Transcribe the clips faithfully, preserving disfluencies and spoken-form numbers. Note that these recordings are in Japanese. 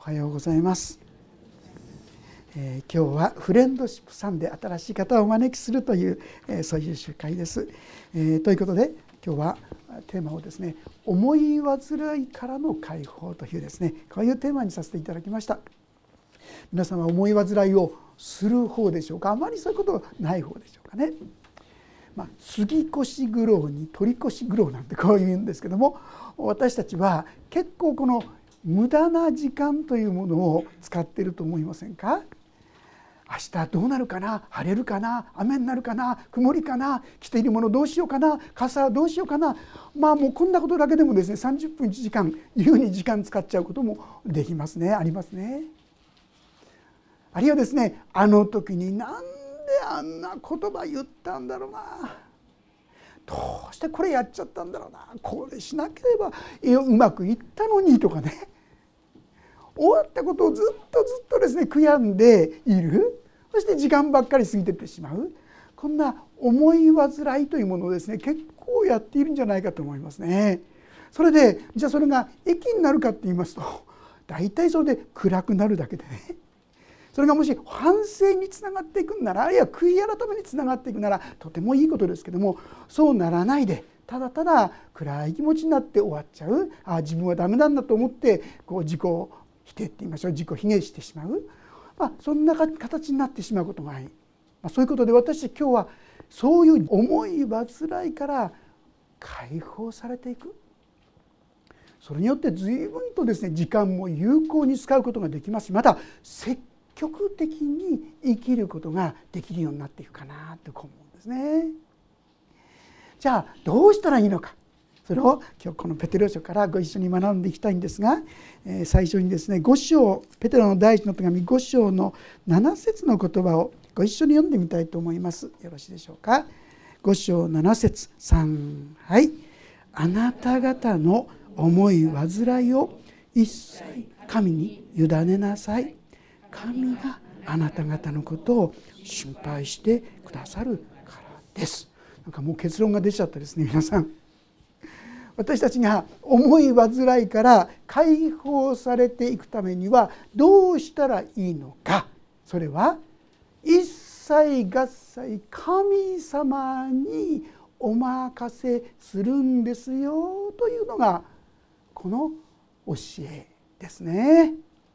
はようございます、えー、今日はフレンドシップサンデー、新しい方をお招きするという、えー、そういう集会です、えー、ということで今日はテーマをですね、思い煩いからの解放というですね、こういうテーマにさせていただきました。皆さんは思い煩いをする方でしょうか、あまりそういうことない方でしょうかね。まあ、杉越苦労に取り越苦労なんてこういうんですけども、私たちは結構この無駄な時間というものを使っていると思いませんか。明日どうなるかな、晴れるかな、雨になるかな、曇りかな、着ているものどうしようかな、傘どうしようかな、まあもうこんなことだけでもですねさんじゅっぷんいちじかん優に時間使っちゃうこともできますね、ありますね。あるいはですね、あの時になんであんな言葉言ったんだろうな、どうしてこれやっちゃったんだろうな、これしなければうまくいったのにとかね、終わったことをずっとずっとですね悔やんでいる。そして時間ばっかり過ぎていってしまう、こんな思い煩いというものをですね結構やっているんじゃないかと思いますね。それでじゃあそれが益になるかって言いますと、大体それで暗くなるだけでね、それがもし反省につながっていくんなら、あるいは悔い改めにつながっていくならとてもいいことですけども、そうならないでただただ暗い気持ちになって終わっちゃう、あ自分はダメなんだと思ってこう自己否定って言いましょう、自己卑下してしまう、まあ、そんな形になってしまうことがない、まあ、そういうことで私今日はそういう思い煩いから解放されていく、それによって随分とですね時間も有効に使うことができますし、また積極的に生きることができるようになっていくかなと思うんですね。じゃあどうしたらいいのか、それを今日このペテロ書からご一緒に学んでいきたいんですが、えー、最初にですねご章、ペテロの第一の手紙ご章のなな節の言葉をご一緒に読んでみたいと思います。よろしいでしょうか。ご章なな節、さん、はい。あなた方の思い煩いを一切神に委ねなさい。神があなた方のことを心配してくださるからです。なんかもう結論が出ちゃったですね、皆さん。私たちが思い煩いから解放されていくためにはどうしたらいいのか、それは一切合切神様にお任せするんですよというのがこの教えですね。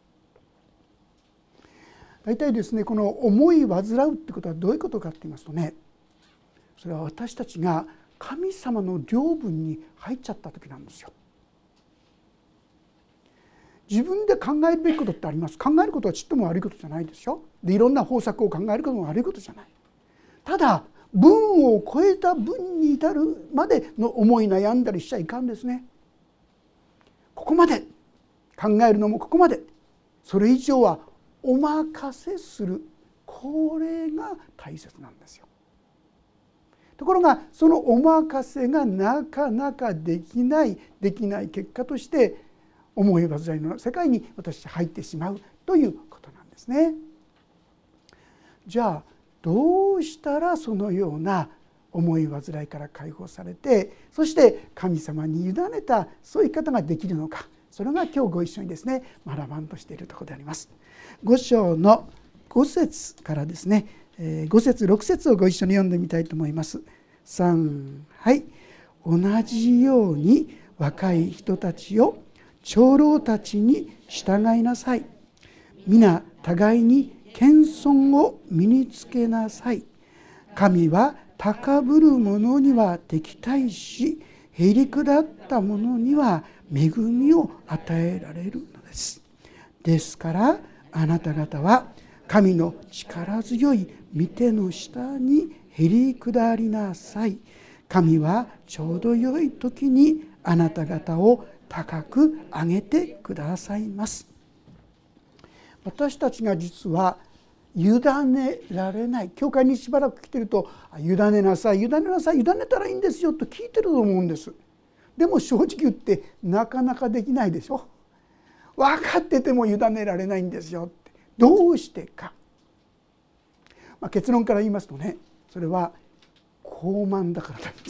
大体ですねこの思い煩うってことはどういうことかって言いますとね、それは私たちが神様の領分に入っちゃった時なんですよ。自分で考えるべきことってあります。考えることはちっとも悪いことじゃないですよ。でいろんな方策を考えることも悪いことじゃない。ただ分を超えた分に至るまでの思い悩んだりしちゃいかんですね。ここまで考えるのもここまで、それ以上はお任せする、これが大切なんですよ。ところがそのお任せがなかなかできないできない結果として思い煩いの世界に私たち入ってしまうということなんですね。じゃあどうしたらそのような思い煩いから解放されて、そして神様に委ねたそういう生き方ができるのか、それが今日ご一緒にですね学ばんとしているところであります。ご章のご節からですねご節ろく節をご一緒に読んでみたいと思います。さん、はい。同じように若い人たちよ、長老たちに従いなさい。皆互いに謙遜を身につけなさい。神は高ぶる者には敵対し、へりくだった者には恵みを与えられるのです。ですからあなた方は神の力強い御手の下にへり下りなさい。神はちょうど良い時にあなた方を高く上げてくださいます。私たちが実は委ねられない、教会にしばらく来てると委ねなさい委ねなさい委ねたらいいんですよと聞いてると思うんです。でも正直言ってなかなかできないでしょ。分かってても委ねられないんですよって。どうしてか、まあ、結論から言いますとね、それは傲慢だからなんです。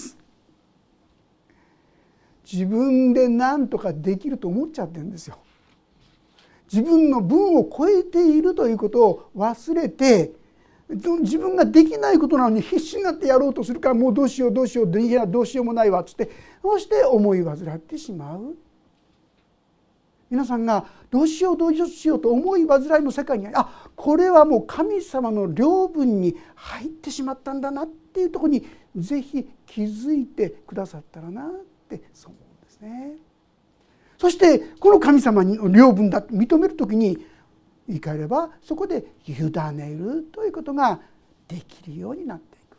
自分で何とかできると思っちゃってるんですよ。 自分の分を超えているということを忘れて、自分ができないことなのに必死になってやろうとするから、もうどうしようどうしよういやどうしようもないわっつって、そして思い煩ってしまう。皆さんがどうしようどうしようと思い煩いの世界に、あ、これはもう神様の領分に入ってしまったんだなっていうところにぜひ気づいてくださったらなってそう思うんですね。そしてこの神様の領分だと認めるときに、言い換えればそこで委ねるということができるようになっていく。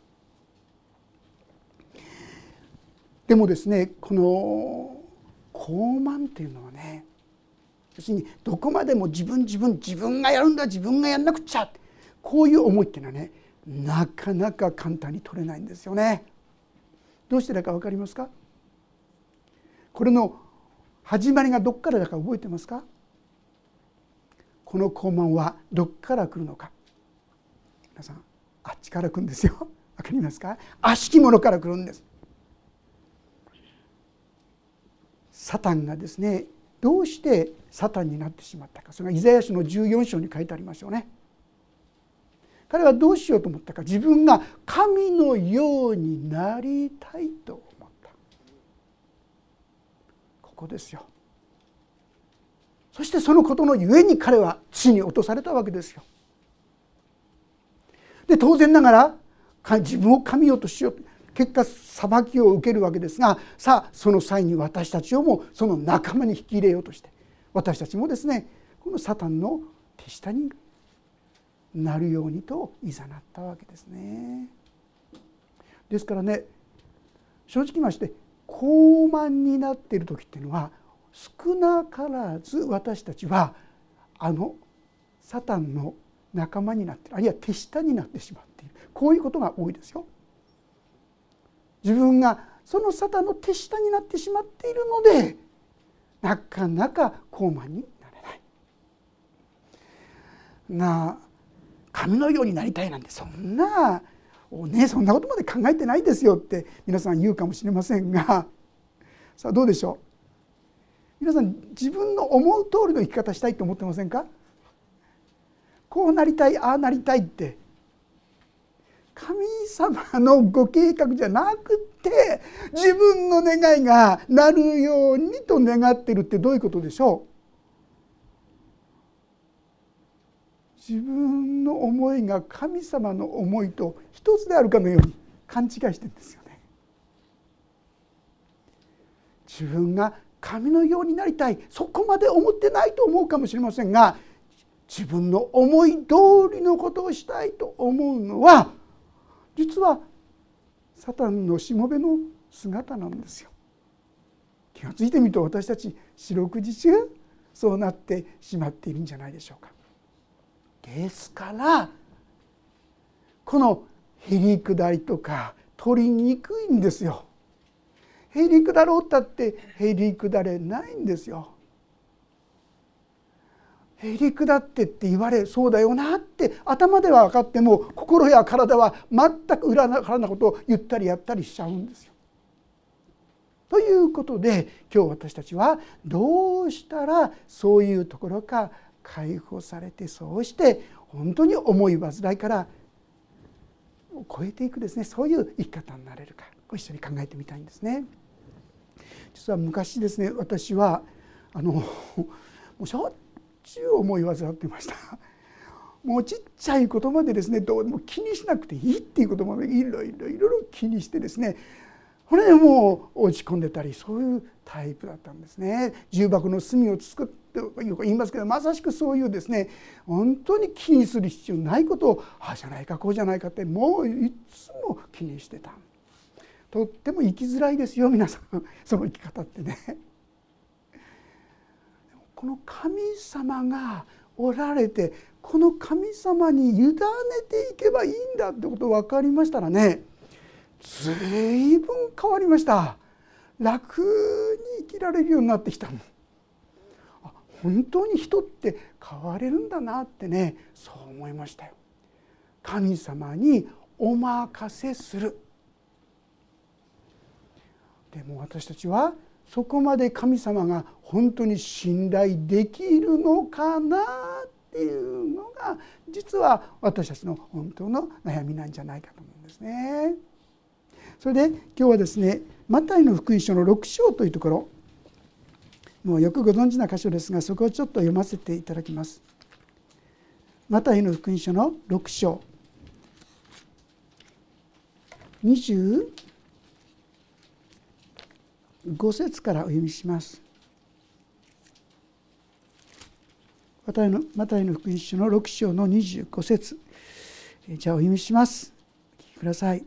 でもですね、この傲慢っていうのはね、要するにどこまでも自分自分自分がやるんだ、自分がやんなくちゃ、こういう思いっていうのはね、なかなか簡単に取れないんですよね。どうしてだか分かりますか？これの始まりがどこからだか覚えてますか？この傲慢はどこから来るのか。皆さん、あっちから来るんですよ。分かりますか？悪しきものから来るんです。サタンがですね、どうしてサタンになってしまったか、それがイザヤ書のじゅうよん章に書いてありますよね。彼はどうしようと思ったか、自分が神のようになりたいと思った。ここですよ。そしてそのことのゆえに彼は地に落とされたわけですよ。で、当然ながら自分を神よとしようと、結果裁きを受けるわけですが、さあその際に私たちをもその仲間に引き入れようとして、私たちもですね、このサタンの手下になるようにといざなったわけですね。ですからね、正直まして傲慢になっている時っていうのは、少なからず私たちはあのサタンの仲間になっている、あるいは手下になってしまっている、こういうことが多いですよ。自分がそのサタンの手下になってしまっているので、なかなか傲慢になれない。なあ、神のようになりたいなんて、そんなおねそんなことまで考えてないですよって皆さん言うかもしれませんが、さあどうでしょう。皆さん、自分の思う通りの生き方したいと思ってませんか？こうなりたい、ああなりたいって、神様のご計画じゃなくて自分の願いがなるようにと願っているってどういうことでしょう？自分の思いが神様の思いと一つであるかのように勘違いしてるんですよね。自分が神のようになりたい、そこまで思ってないと思うかもしれませんが、自分の思い通りのことをしたいと思うのは、実はサタンのしもべの姿なんですよ。気がついてみると、私たち四六時中そうなってしまっているんじゃないでしょうか。ですからこのへりくだりとか取りにくいんですよ。へりくだろうったってへりくだれないんですよ。へりくだってって言われ、そうだよなって頭では分かっても、心や体は全く裏腹なことを言ったりやったりしちゃうんですよ。ということで、今日私たちはどうしたらそういうところから解放されて、そうして本当に思い煩いから超えていくですね、そういう生き方になれるか、ご一緒に考えてみたいんですね。実は昔ですね、私はあのもうしょっちゅう思い煩ってました。もうちっちゃいことまでですね、どうでも気にしなくていいっていうことまでいろいろいろいろ気にしてですね、これでもう落ち込んでたり、そういうタイプだったんですね。重箱の隅をつくってよく言いますけど、まさしくそういうですね、本当に気にする必要ないことを、ああじゃないかこうじゃないかってもういつも気にしてた。とっても生きづらいですよ、皆さん、その生き方ってね。この神様がおられて、この神様に委ねていけばいいんだってことが分かりましたらね、ずいぶん変わりました。楽に生きられるようになってきた。本当に人って変われるんだなってね、そう思いましたよ。神様にお任せする。でも私たちはそこまで神様が本当に信頼できるのかなっていうのが実は私たちの本当の悩みなんじゃないかと思うんですね。それで今日はですね、マタイの福音書のろく章というところ、もうよくご存知な箇所ですが、そこをちょっと読ませていただきます。マタイの福音書のろく章にじゅうご節からお読みします。マタイの、マタイの福音書のろく章のにじゅうご節、じゃあお読みします。お聞きください。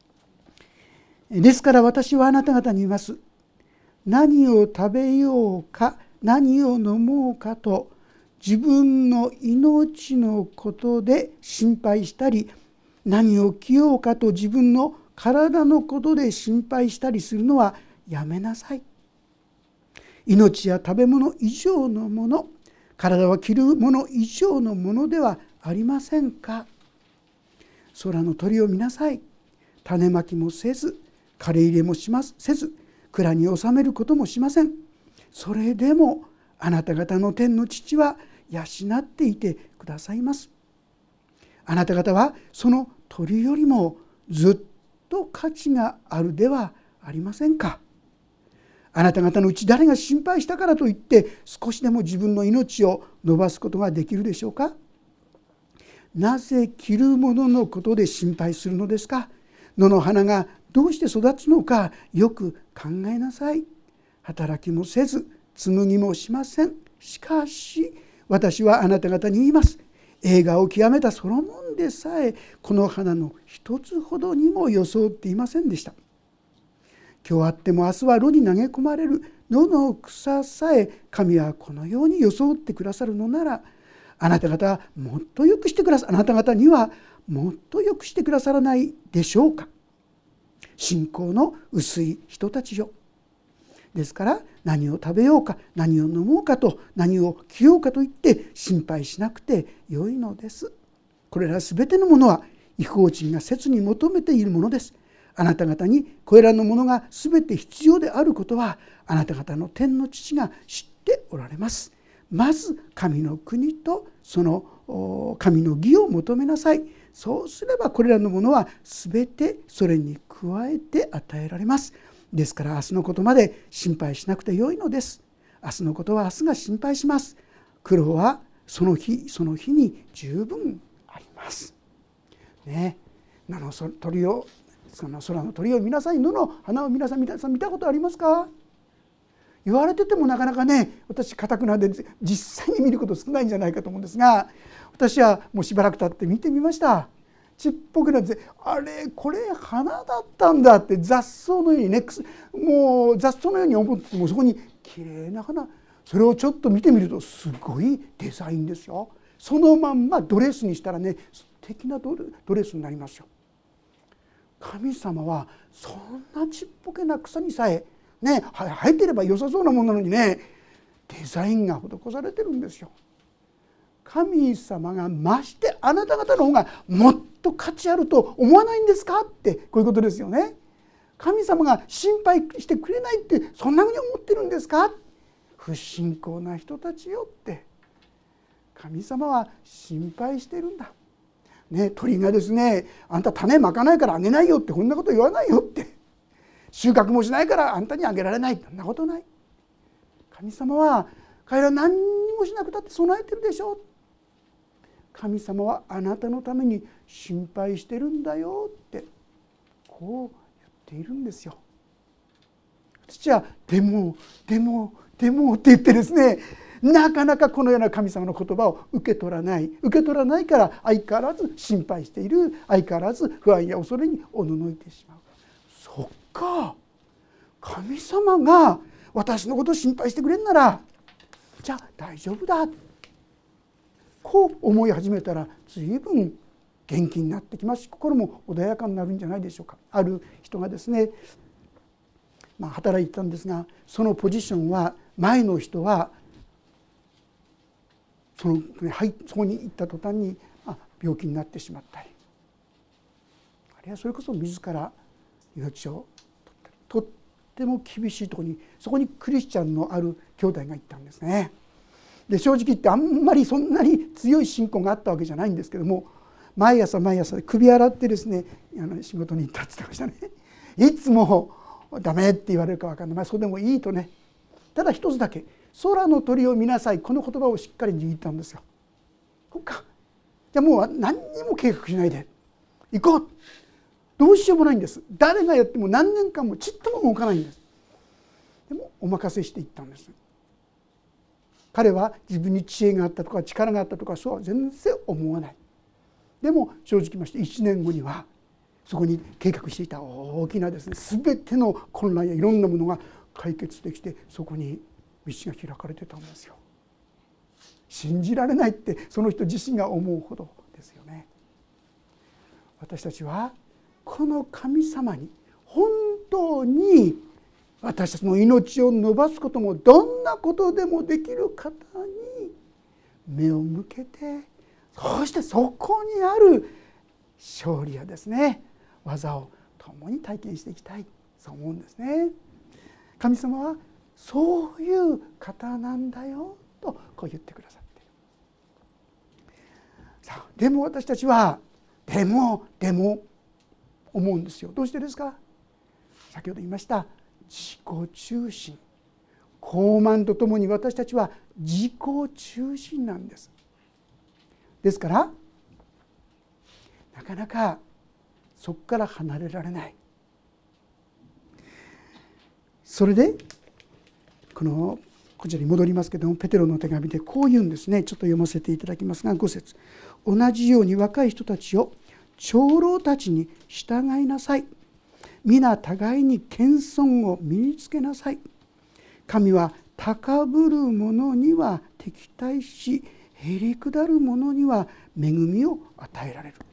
ですから私はあなた方に言います。何を食べようか何を飲もうかと自分の命のことで心配したり、何を着ようかと自分の体のことで心配したりするのはやめなさい。命や食べ物以上のもの、体は着るもの以上のものではありませんか。空の鳥を見なさい。種まきもせず、枯れ入れもしますせず、蔵に収めることもしません。それでもあなた方の天の父は養っていてくださいます。あなた方はその鳥よりもずっと価値があるではありませんか。あなた方のうち誰が心配したからといって少しでも自分の命を伸ばすことができるでしょうか。なぜ着るもののことで心配するのですか。野の花がどうして育つのかよく考えなさい。働きもせず紡ぎもしません。しかし私はあなた方に言います。栄華を極めたソロモンでさえこの花の一つほどにも装っていませんでした。今日あっても明日は炉に投げ込まれる野の草さえ神はこのように装ってくださるのなら、あなた方はもっとよくしてくださあなた方にはもっとよくしてくださらないでしょうか。信仰の薄い人たちよ。ですから何を食べようか何を飲もうかと何を着ようかといって心配しなくてよいのです。これらすべてのものは異邦人が切に求めているものです。あなた方にこれらのものがすべて必要であることはあなた方の天の父が知っておられます。まず神の国とその神の義を求めなさい。そうすればこれらのものはすべてそれに加えて与えられます。ですから明日のことまで心配しなくてよいのです。明日のことは明日が心配します。苦労はその日その日に十分あります。ね、名の鳥をその空の鳥を見なさい、野の花を見なさい、皆さん見たことありますか。言われててもなかなかね、私固くなんで実際に見ること少ないんじゃないかと思うんですが、私はもうしばらく経って見てみました。ちっぽくなって、あれこれ花だったんだって雑草のようにね、もう雑草のように思って、もうそこに綺麗な花、それをちょっと見てみるとすごいデザインですよ。そのまんまドレスにしたらね、素敵なドレスになりますよ。神様はそんなちっぽけな草にさえね、生えてれば良さそうなものなのにね、デザインが施されてるんですよ。神様がましてあなた方の方がもっと価値あると思わないんですかって、こういうことですよね。神様が心配してくれないってそんなふうに思ってるんですか。不信仰な人たちよって、神様は心配してるんだ。ね、鳥がですね、あんた種まかないからあげないよってこんなこと言わないよって、収穫もしないからあんたにあげられない、そんなことない。神様は彼ら何にもしなくたって備えてるでしょう。神様はあなたのために心配してるんだよってこう言っているんですよ。父はでもでもでもって言ってですね、なかなかこのような神様の言葉を受け取らない受け取らないから相変わらず心配している、相変わらず不安や恐れにおののいてしまう。そっか、神様が私のことを心配してくれるならじゃあ大丈夫だ、こう思い始めたら随分元気になってきますし、心も穏やかになるんじゃないでしょうか。ある人がですね、まあ、働いてたんですが、そのポジションは前の人はその、はい、そこに行った途端にあ病気になってしまったり、あるいはそれこそ自ら命を取ったり、取っっても厳しいところに、そこにクリスチャンのある兄弟が行ったんですね。で正直言ってあんまりそんなに強い信仰があったわけじゃないんですけども、毎朝毎朝首洗ってですね、あの仕事に行ったって言ってましたね。いつもダメって言われるか分かんない、まあ、そうでもいいとね。ただ一つだけ、空の鳥を見なさい、この言葉をしっかり握ったんですよ。こっか、じゃあもう何にも計画しないで行こう。どうしようもないんです。誰がやっても何年間もちっとも動かないんです。でもお任せしていったんです。彼は自分に知恵があったとか力があったとかそうは全然思わない。でも正直言いましていちねんごにはそこに計画していた大きなですね、全ての混乱やいろんなものが解決できて、そこに道が開かれてたんですよ。信じられないってその人自身が思うほどですよね。私たちはこの神様に本当に私たちの命を伸ばすこともどんなことでもできる方に目を向けて、そしてそこにある勝利やですね、技を共に体験していきたい、そう思うんですね。神様はそういう方なんだよとこう言ってくださっている。さあでも私たちはでもでも思うんですよ。どうしてですか。先ほど言いました自己中心、傲慢とともに私たちは自己中心なんです。ですからなかなかそこから離れられない。それでこのこちらに戻りますけども、ペテロの手紙でこう言うんですね。ちょっと読ませていただきますが、ご節、同じように若い人たちを長老たちに従いなさい。皆互いに謙遜を身につけなさい。神は高ぶる者には敵対し、へりくだる者には恵みを与えられる。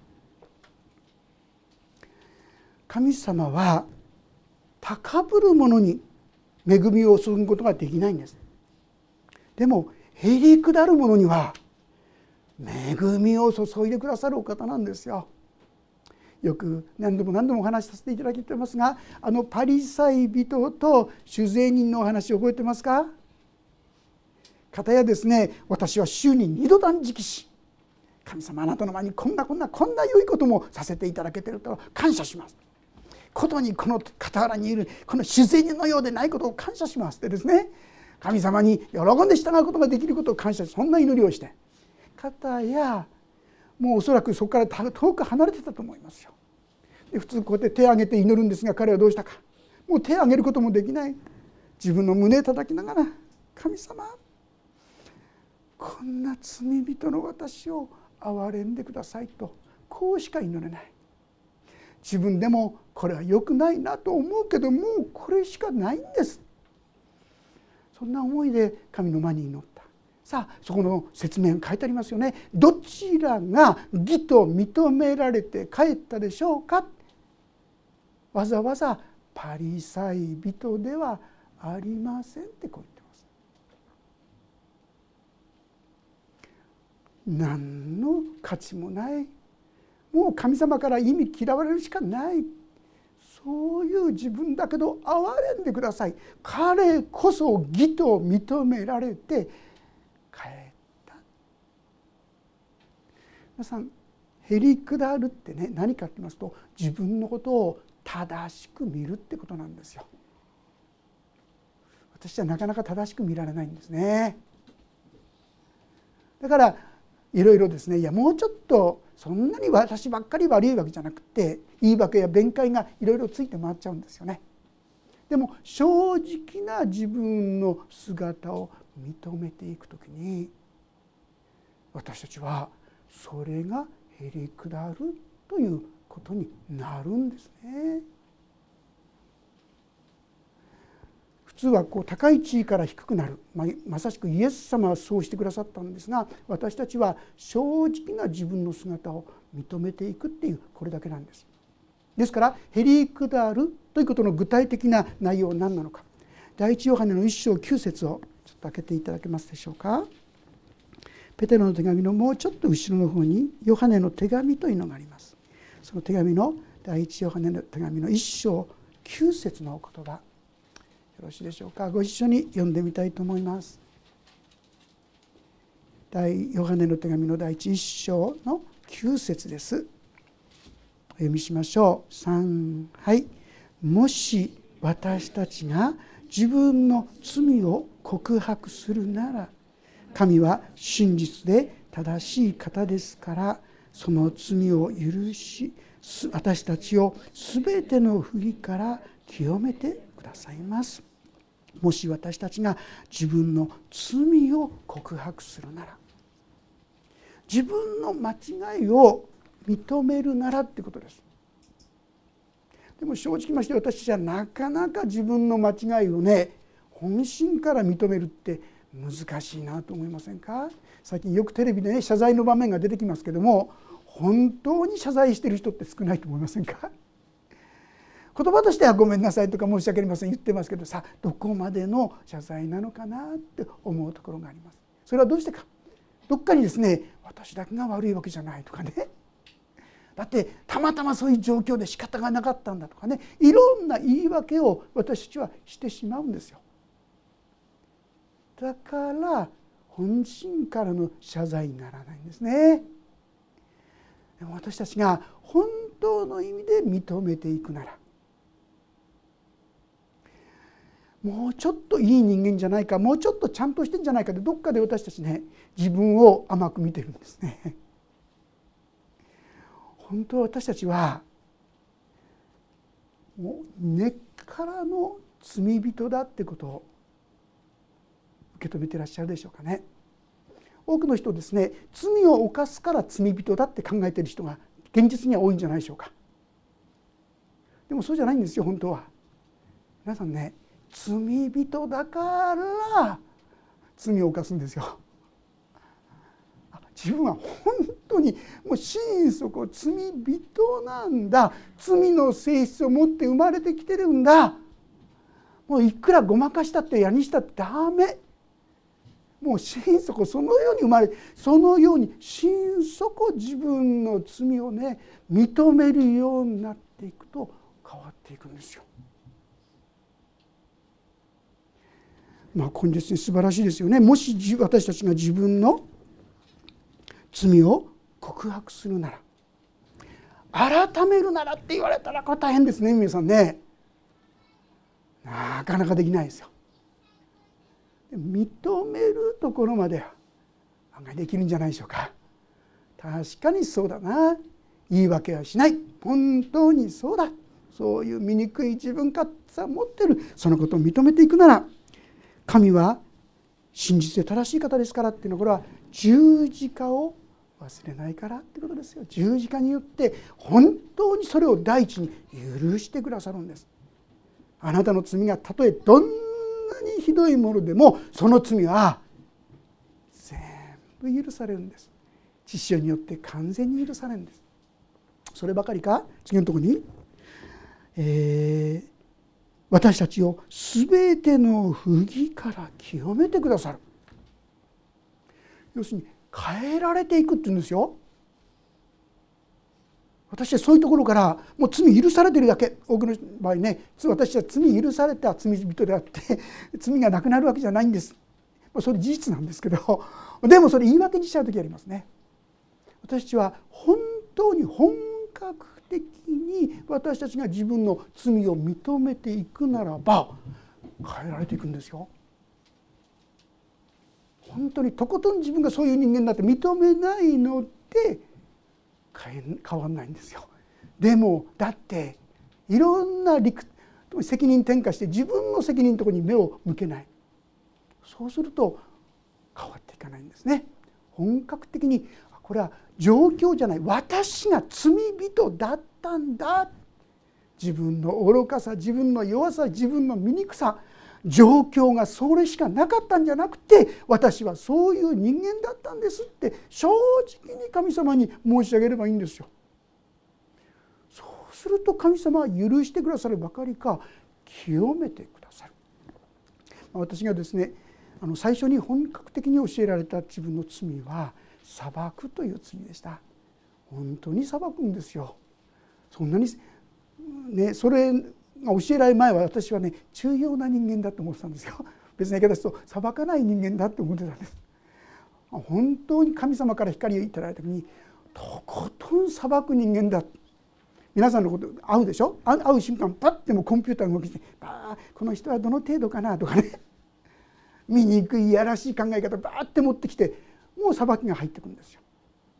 神様は高ぶる者に恵みを注ぐことができないんです。でもへりくだる者には恵みを注いでくださるお方なんですよ。よく何度も何度もお話しさせていただいていますが、あのパリサイ人と酒税人のお話覚えてますか。片やですね、私は週ににど断食し、神様あなたの前にこんなこんなこんな良いこともさせていただけていると感謝しますことに、この傍らにいるこの酒税人のようでないことを感謝しますってですね、神様に喜んで従うことができることを感謝し、そんな祈りをして、片やもうおそらくそこから遠く離れてたと思いますよ。で普通こうやって手を挙げて祈るんですが、彼はどうしたか。もう手を挙げることもできない。自分の胸を叩きながら、神様こんな罪人の私を憐れんでくださいと、こうしか祈れない。自分でもこれは良くないなと思うけど、もうこれしかないんです。そんな思いで神の前に祈った。さあそこの説明が書いてありますよね。どちらが義と認められて帰ったでしょうか。わざわざパリサイ人ではありませんってこう言ってます。何の価値もない、もう神様から意味嫌われるしかない、そういう自分だけど憐れんでください。彼こそ義と認められて帰った。皆さん、へりくだるってね、何かって言いますと、自分のことを正しく見るってことなんですよ。私はなかなか正しく見られないんですね。だからいろいろですね、いやもうちょっとそんなに私ばっかり悪いわけじゃなくて、言い訳や弁解がいろいろついて回っちゃうんですよね。でも正直な自分の姿を認めていくときに、私たちはそれがへりくだるということになるんですね。普通はこう高い地位から低くなる、まあ、まさしくイエス様はそうしてくださったんですが、私たちは正直な自分の姿を認めていくっていう、これだけなんです。ですからへりくだるということの具体的な内容は何なのか、第一ヨハネの一章九節をちょっと開けていただけますでしょうか。ペテロの手紙のもうちょっと後ろの方にヨハネの手紙というのがあります。その手紙の第一ヨハネの手紙の一章九節のお言葉、 ろしいでしょうか。ご一緒に読んでみたいと思います。第ヨハネの手紙の第一章のきゅう節です。お読みしましょう。さん、はい。もし私たちが自分の罪を告白するなら、神は真実で正しい方ですから、その罪を許し、私たちをすべての不義から清めてくださいます。もし私たちが自分の罪を告白するなら、自分の間違いを認めるならってことです。でも正直まして私たちはなかなか自分の間違いをね、本心から認めるって難しいなと思いませんか。最近よくテレビでね、謝罪の場面が出てきますけども、本当に謝罪している人って少ないと思いませんか。言葉としてはごめんなさいとか申し訳ありません言ってますけど、さあどこまでの謝罪なのかなって思うところがあります。それはどうしてか、どっかにですね、私だけが悪いわけじゃないとかね、だってたまたまそういう状況で仕方がなかったんだとかね、いろんな言い訳を私たちはしてしまうんですよ。だから本心からの謝罪にならないんですね。でも私たちが本当の意味で認めていくなら、もうちょっといい人間じゃないか、もうちょっとちゃんとしてんじゃないかって、どっかで私たちね、自分を甘く見てるんですね。本当は私たちはもう根っからの罪人だってことを受け止めていらっしゃるでしょうかね。多くの人ですね、罪を犯すから罪人だって考えている人が現実には多いんじゃないでしょうか。でもそうじゃないんですよ。本当は皆さんね、罪人だから罪を犯すんですよ。自分は本当にもう心底罪人なんだ、罪の性質を持って生まれてきてるんだ、もういくらごまかしたってやにしたってダメ、もう心底そのように生まれ、そのように心底自分の罪をね認めるようになっていくと変わっていくんですよ。まあこれですね、素晴らしいですよね。もし私たちが自分の罪を告白するなら、改めるならって言われたらこれ大変ですね。皆さんね、なかなかできないですよ。認めるところまでは案外できるんじゃないでしょうか。確かにそうだな、言い訳はしない、本当にそうだ、そういう醜い自分勝手さを持っている、そのことを認めていくなら、神は真実で正しい方ですからっていうのは、これは十字架を忘れないからってことですよ。十字架によって本当にそれを第一に許してくださるんです。あなたの罪がたとえどんなにひどいものでも、その罪は全部許されるんです。血潮によって完全に許されるんです。そればかりか、次のところに、えー、私たちをすべての不義から清めてくださる。要するに変えられていくって言うんですよ。私はそういうところからもう罪許されているだけ、多くの場合ね、私は罪許された罪人であって罪がなくなるわけじゃないんです。それ事実なんですけど、でもそれ言い訳にしちゃう時ありますね。私たちは本当に本格的に私たちが自分の罪を認めていくならば変えられていくんですよ。本当にとことん自分がそういう人間だって認めないので変わんないんですよ。でもだっていろんな理屈責任転嫁して自分の責任のところに目を向けない、そうすると変わっていかないんですね。本格的にこれは状況じゃない、私が罪人だったんだ、自分の愚かさ、自分の弱さ、自分の醜さ、状況がそれしかなかったんじゃなくて、私はそういう人間だったんですって正直に神様に申し上げればいいんですよ。そうすると神様は許してくださるばかりか清めてくださる。私がですね、あの最初に本格的に教えられた自分の罪は裁くという罪でした。本当に裁くんですよ。そんなにね、それが教えられる前は私はね重要な人間だと思ってたんですよ。別な言い方すると裁かない人間だって思ってたんです。本当に神様から光をいただいた時にとことん裁く人間だ。皆さんのこと会うでしょ。会う瞬間パッてもコンピューターが動きしてあこの人はどの程度かなとかね醜いいやらしい考え方バーって持ってきてもう裁きが入ってくるんですよ。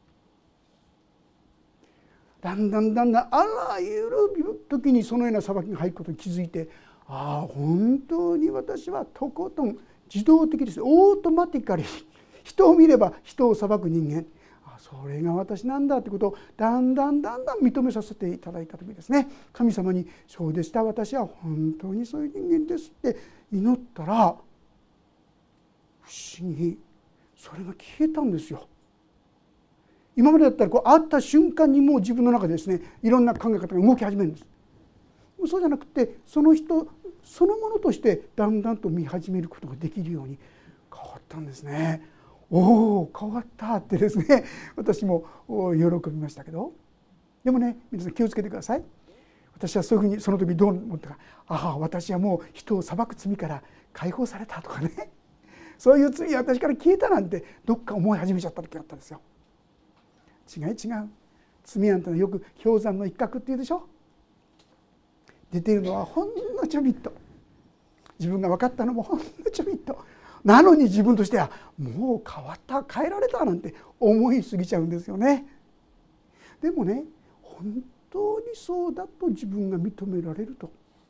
だんだんだんだんあらゆる時にそのような裁きが入ることに気づいてああ本当に私はとことん自動的ですオートマティカリ人を見れば人を裁く人間あそれが私なんだということをだんだんだんだん認めさせていただいた時ですね神様に「そうでした私は本当にそういう人間です」って祈ったら不思議それが消えたんですよ。今までだったらこう会った瞬間にもう自分の中でですねいろんな考え方が動き始めるんです。そうじゃなくてその人そのものとしてだんだんと見始めることができるように変わったんですね。おお変わったってですね私も喜びましたけどでもね皆さん気をつけてください。私はそういうふうにその時どう思ったかああ私はもう人を裁く罪から解放されたとかねそういう罪は私から消えたなんてどっか思い始めちゃった時があったんですよ。違う違う罪なんてのはよく氷山の一角って言うでしょ。出ているのはほんのちょびっと自分が分かったのもほんのちょびっとなのに自分としてはもう変わった変えられたなんて思いすぎちゃうんですよね。でもね本当にそうだと自分が認められると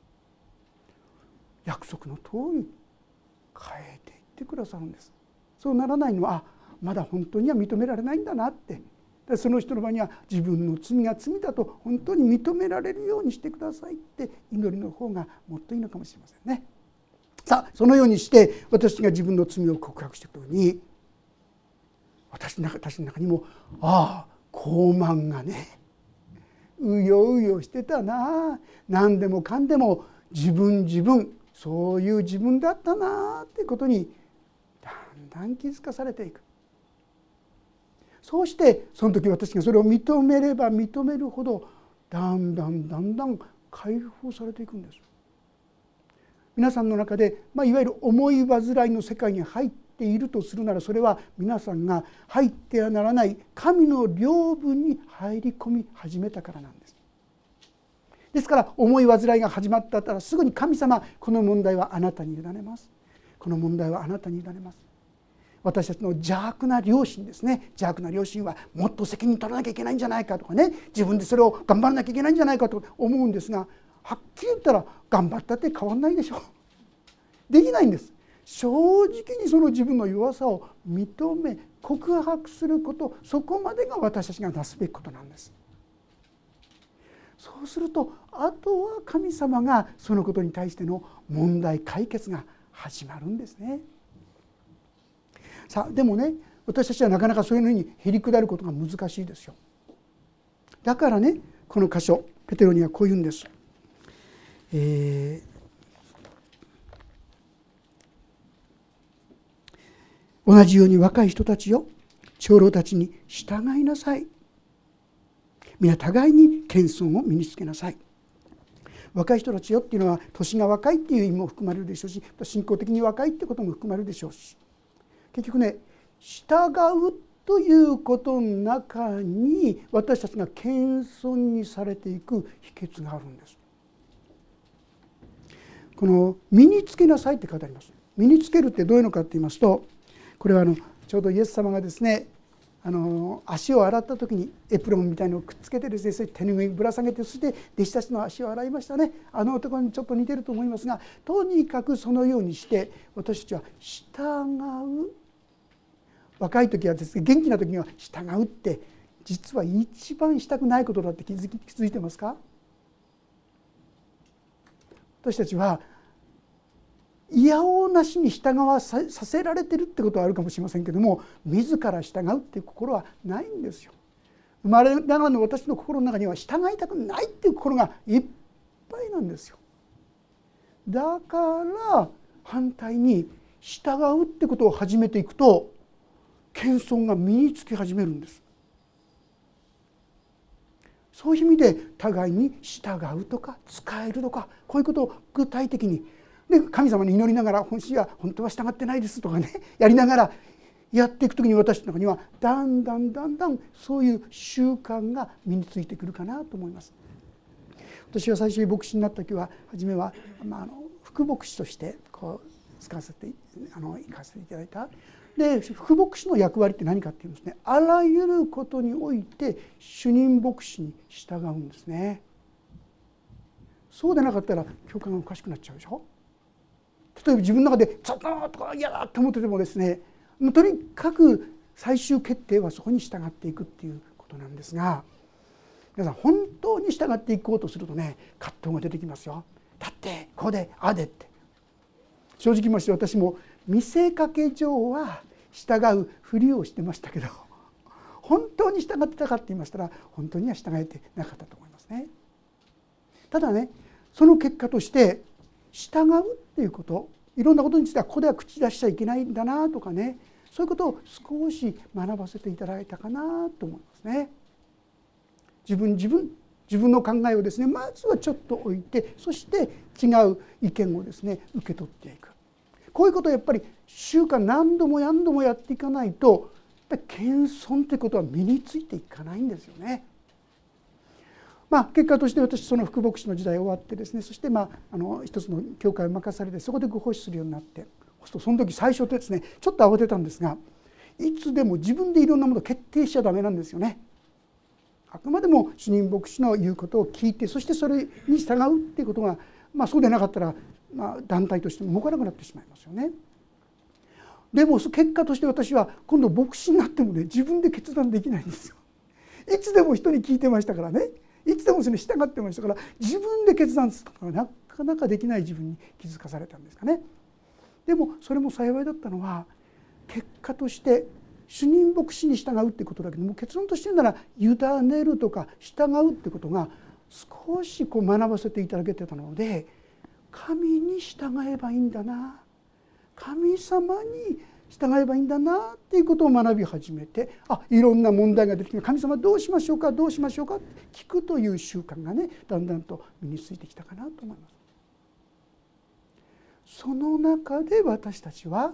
約束の通り変えていってくださるんです。そうならないのはあまだ本当には認められないんだなってその人の場合には自分の罪が罪だと本当に認められるようにしてくださいって祈りの方がもっといいのかもしれませんね。さあそのようにして私が自分の罪を告白していくように私の中の中にもああ傲慢がねうようよしてたな何でもかんでも自分自分そういう自分だったなってことにだんだん気づかされていく。そうしてその時私がそれを認めれば認めるほどだんだんだんだん解放されていくんです。皆さんの中で、まあ、いわゆる思い煩いの世界に入っているとするならそれは皆さんが入ってはならない神の領分に入り込み始めたからなんです。ですから思い煩いが始まったらすぐに神様この問題はあなたに委ねます。この問題はあなたに委ねます。私たちの邪悪な良心ですね邪悪な良心はもっと責任取らなきゃいけないんじゃないかとかね自分でそれを頑張らなきゃいけないんじゃないかと思うんですがはっきり言ったら頑張ったって変わんないでしょ。できないんです。正直にその自分の弱さを認め告白することそこまでが私たちがなすべきことなんです。そうするとあとは神様がそのことに対しての問題解決が始まるんですね。さあでもね私たちはなかなかそういうのにへりくだることが難しいですよ。だからねこの箇所ペテロにはこう言うんです。えー、同じように若い人たちよ長老たちに従いなさい。皆互いに謙遜を身につけなさい。若い人たちよっていうのは年が若いっていう意味も含まれるでしょうし信仰的に若いってことも含まれるでしょうし結局ね従うということの中に私たちが謙遜にされていく秘訣があるんです。この身につけなさいって書いてあります。身につけるってどういうのかって言いますとこれはあのちょうどイエス様がですねあの足を洗った時にエプロンみたいのをくっつけてですねそれ手ぬぐいぶら下げてそして弟子たちの足を洗いましたね。あの男にちょっと似てると思いますがとにかくそのようにして私たちは従う。若い時はですね元気な時には従うって実は一番したくないことだって気づき気づいてますか。私たちはいやおうなしに従わさせられてるってことはあるかもしれませんけども自ら従うっていう心はないんですよ。生まれながらの私の心の中には従いたくないっていう心がいっぱいなんですよ。だから反対に従うってことを始めていくと謙遜が身につき始めるんです。 そういう意味で互いに従うとか仕えるとか、こういうことを具体的にで神様に祈りながら、本心は本当は従ってないですとかね、やりながらやっていくときに、私の中にはだんだんだんだんそういう習慣が身についてくるかなと思います。私は最初に牧師になった時は、初めは、まあ、あの副牧師としてこう使わせてあの行かせていただいた。で副牧師の役割って何かっていうんですね、あらゆることにおいて主任牧師に従うんですね。そうでなかったら教会がおかしくなっちゃうでしょ。例えば自分の中でちょっととか嫌だと思っててもですね、とにかく最終決定はそこに従っていくっていうことなんですが、皆さん本当に従っていこうとするとね、葛藤が出てきますよ。だってこうでああでって、正直言いまして私も見せかけ上は従うふりをしてましたけど、本当に従ってたかって言いましたら、本当には従えてなかったと思いますね。ただね、その結果として従うっていうこと、いろんなことについてはここでは口出しちゃいけないんだなとかね、そういうことを少し学ばせていただいたかなと思いますね。自分自分自分の考えをですね、まずはちょっと置いて、そして違う意見をですね受け取っていく。こういうことをやっぱり習慣何度も何度もやっていかないと、やっぱり謙遜ということは身についていかないんですよね。まあ、結果として私その副牧師の時代終わってですね、そしてまああの一つの教会を任されて、そこでご奉仕するようになって、その時最初ですねちょっと慌てたんですが、いつでも自分でいろんなものを決定しちゃダメなんですよね。あくまでも主任牧師の言うことを聞いて、そしてそれに従うっていうことが、まあ、そうでなかったら、まあ、団体としても動かなくなってしまいますよね。でも結果として私は今度牧師になってもね、自分で決断できないんですよ。いつでも人に聞いてましたからね、いつでもそれに従ってましたから、自分で決断することがなかなかできない自分に気づかされたんですかね。でもそれも幸いだったのは、結果として主任牧師に従うってことだけども、結論としてなら委ねるとか従うってことが少しこう学ばせていただけてたので、神に従えばいいんだな、神様に従えばいいんだなっていうことを学び始めて、あ、いろんな問題が出てきて、神様どうしましょうかどうしましょうかって聞くという習慣がね、だんだんと身についてきたかなと思います。その中で私たちは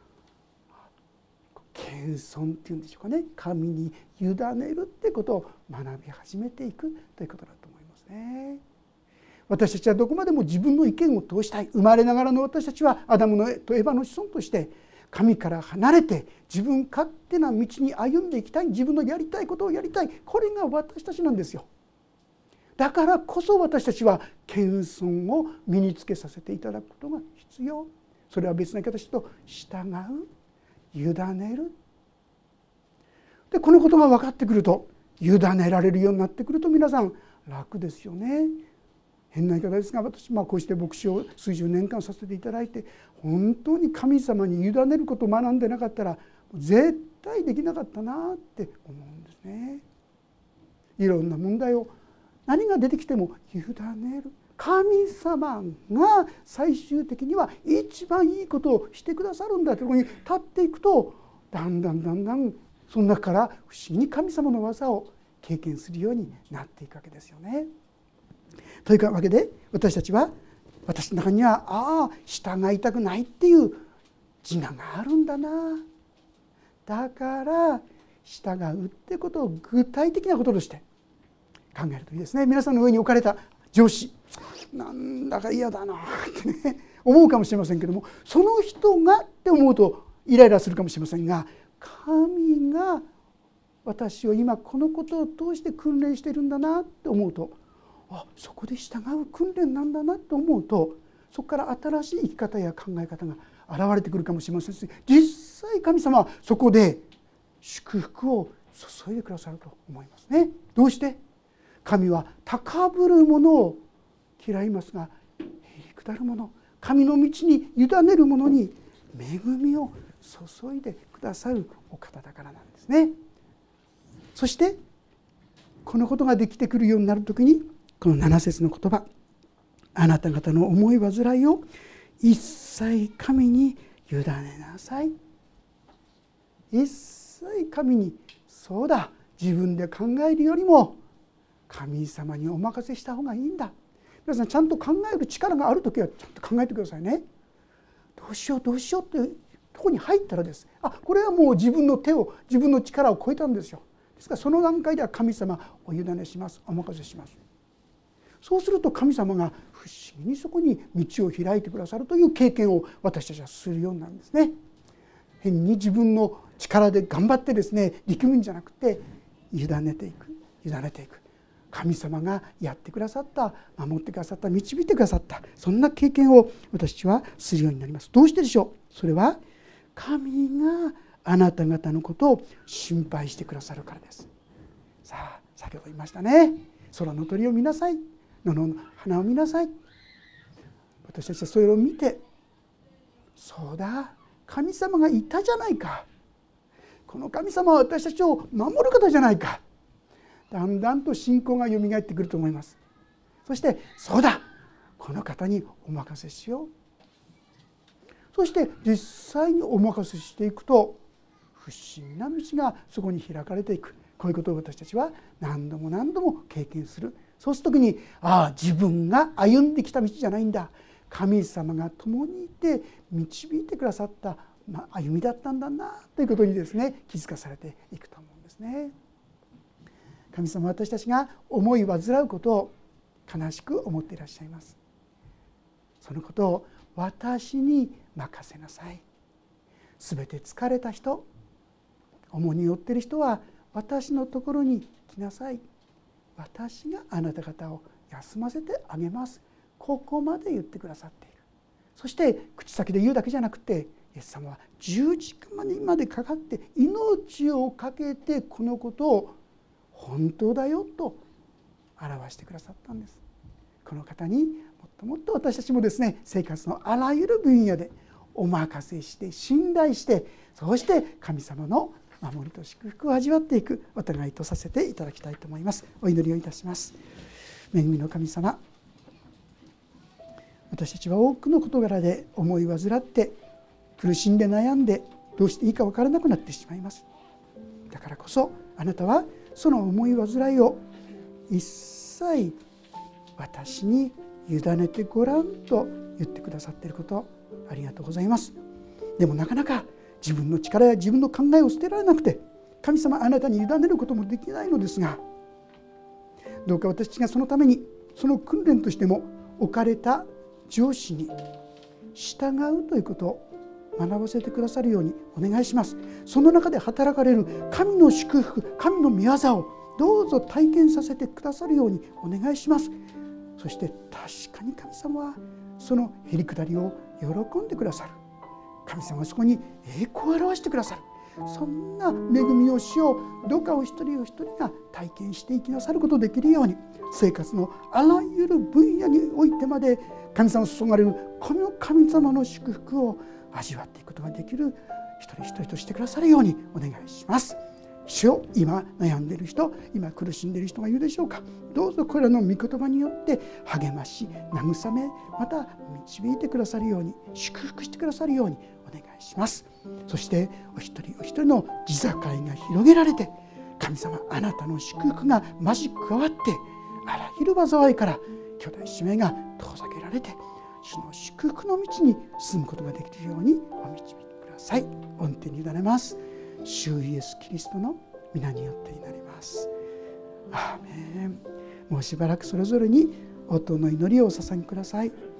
謙遜っていうんでしょうかね、神に委ねるってことを学び始めていくということだと思いますね。私たちはどこまでも自分の意見を通したい。生まれながらの私たちはアダムのとエバの子孫として神から離れて自分勝手な道に歩んでいきたい、自分のやりたいことをやりたい、これが私たちなんですよ。だからこそ私たちは謙遜を身につけさせていただくことが必要。それは別な言い方すると従う、委ねる。でこのことが分かってくると、委ねられるようになってくると、皆さん楽ですよね。変な言い方ですが、私、まあ、こうして牧師を数十年間させていただいて、本当に神様に委ねることを学んでなかったら絶対できなかったなって思うんですね。いろんな問題を何が出てきても委ねる。神様が最終的には一番いいことをしてくださるんだというところに立っていくと、だんだんだんだんその中から不思議に神様の技を経験するようになっていくわけですよね。というわけで私たちは、私の中にはああ従いたくないっていう自我があるんだな、だから従うってことを具体的なこととして考えるといいですね。皆さんの上に置かれた上司、なんだか嫌だなってね思うかもしれませんけども、その人がって思うとイライラするかもしれませんが、神が私を今このことを通して訓練しているんだなって思うと、あ、そこで従う訓練なんだなと思うと、そこから新しい生き方や考え方が現れてくるかもしれませんし、実際神様はそこで祝福を注いでくださると思いますね。どうして？神は高ぶる者を嫌いますが、へりくだる者、神の道に委ねる者に恵みを注いでくださるお方だからなんですね。そしてこのことができてくるようになるときに、このなな節の言葉、あなた方の思い煩いを一切神に委ねなさい。一切神に、そうだ、自分で考えるよりも神様にお任せした方がいいんだ。皆さんちゃんと考える力があるときはちゃんと考えてくださいね。どうしようどうしようっていうところに入ったらです、あ、これはもう自分の手を自分の力を超えたんですよ。ですからその段階では神様お委ねします、お任せします。そうすると神様が不思議にそこに道を開いてくださるという経験を私たちはするようになるんですね。変に自分の力で頑張ってですね力むんじゃなくて、委ねていく委ねていく、神様がやってくださった、守ってくださった、導いてくださった、そんな経験を私はするようになります。どうしてでしょう。それは神があなた方のことを心配してくださるからです。さあ、先ほど言いましたね。空の鳥を見なさい、野の花を見なさい。私たちはそれを見て、そうだ、神様がいたじゃないか、この神様は私たちを守る方じゃないか、だんだんと信仰がよみがえってくると思います。そしてそうだ、この方にお任せしよう。そして実際にお任せしていくと、不思議な道がそこに開かれていく。こういうことを私たちは何度も何度も経験する。そうするときに、ああ、自分が歩んできた道じゃないんだ、神様が共にいて導いてくださった、まあ、歩みだったんだなということにですね気づかされていくと思うんですね。神様は私たちが思い煩うことを悲しく思っていらっしゃいます。そのことを私に任せなさい。すべて疲れた人、重荷を負っている人は私のところに来なさい。私があなた方を休ませてあげます。ここまで言ってくださっている。そして口先で言うだけじゃなくて、イエス様は十字架にまでかかって命を懸けてこのことを本当だよと表してくださったんです。この方にもっともっと私たちもですね、生活のあらゆる分野でお任せして信頼して、そうして神様の守りと祝福を味わっていくお互いとさせていただきたいと思います。お祈りをいたします。恵みの神様、私たちは多くの事柄で思い煩って苦しんで悩んでどうしていいか分からなくなってしまいます。だからこそあなたはその思い煩いを一切私に委ねてごらんと言ってくださっていること、ありがとうございます。でもなかなか自分の力や自分の考えを捨てられなくて、神様あなたに委ねることもできないのですが、どうか私がそのためにその訓練としても置かれた上司に従うということを学ばせてくださるようにお願いします。その中で働かれる神の祝福、神の御業をどうぞ体験させてくださるようにお願いします。そして確かに神様はそのへりくだりを喜んでくださる。神様はそこに栄光を表してくださる。そんな恵みを主よ、どうかお一人お一人が体験していきなさることができるように、生活のあらゆる分野においてまで神様を注がれるこの神様の祝福を味わっていくことができる一人一人としてくださるようにお願いします。主よ、今悩んでいる人、今苦しんでいる人がいるでしょうか。どうぞこれらの御言葉によって励まし、慰め、また導いてくださるように、祝福してくださるようにお願いします。そしてお一人お一人の地境が広げられて、神様あなたの祝福が増し加わって、あらゆる災いから兄弟姉妹が遠ざけられて、主の祝福の道に進むことができるようにお導きください。御手に委ねます。主イエスキリストの皆によって祈ります。アーメン。もうしばらくそれぞれに応答の祈りをお捧げください。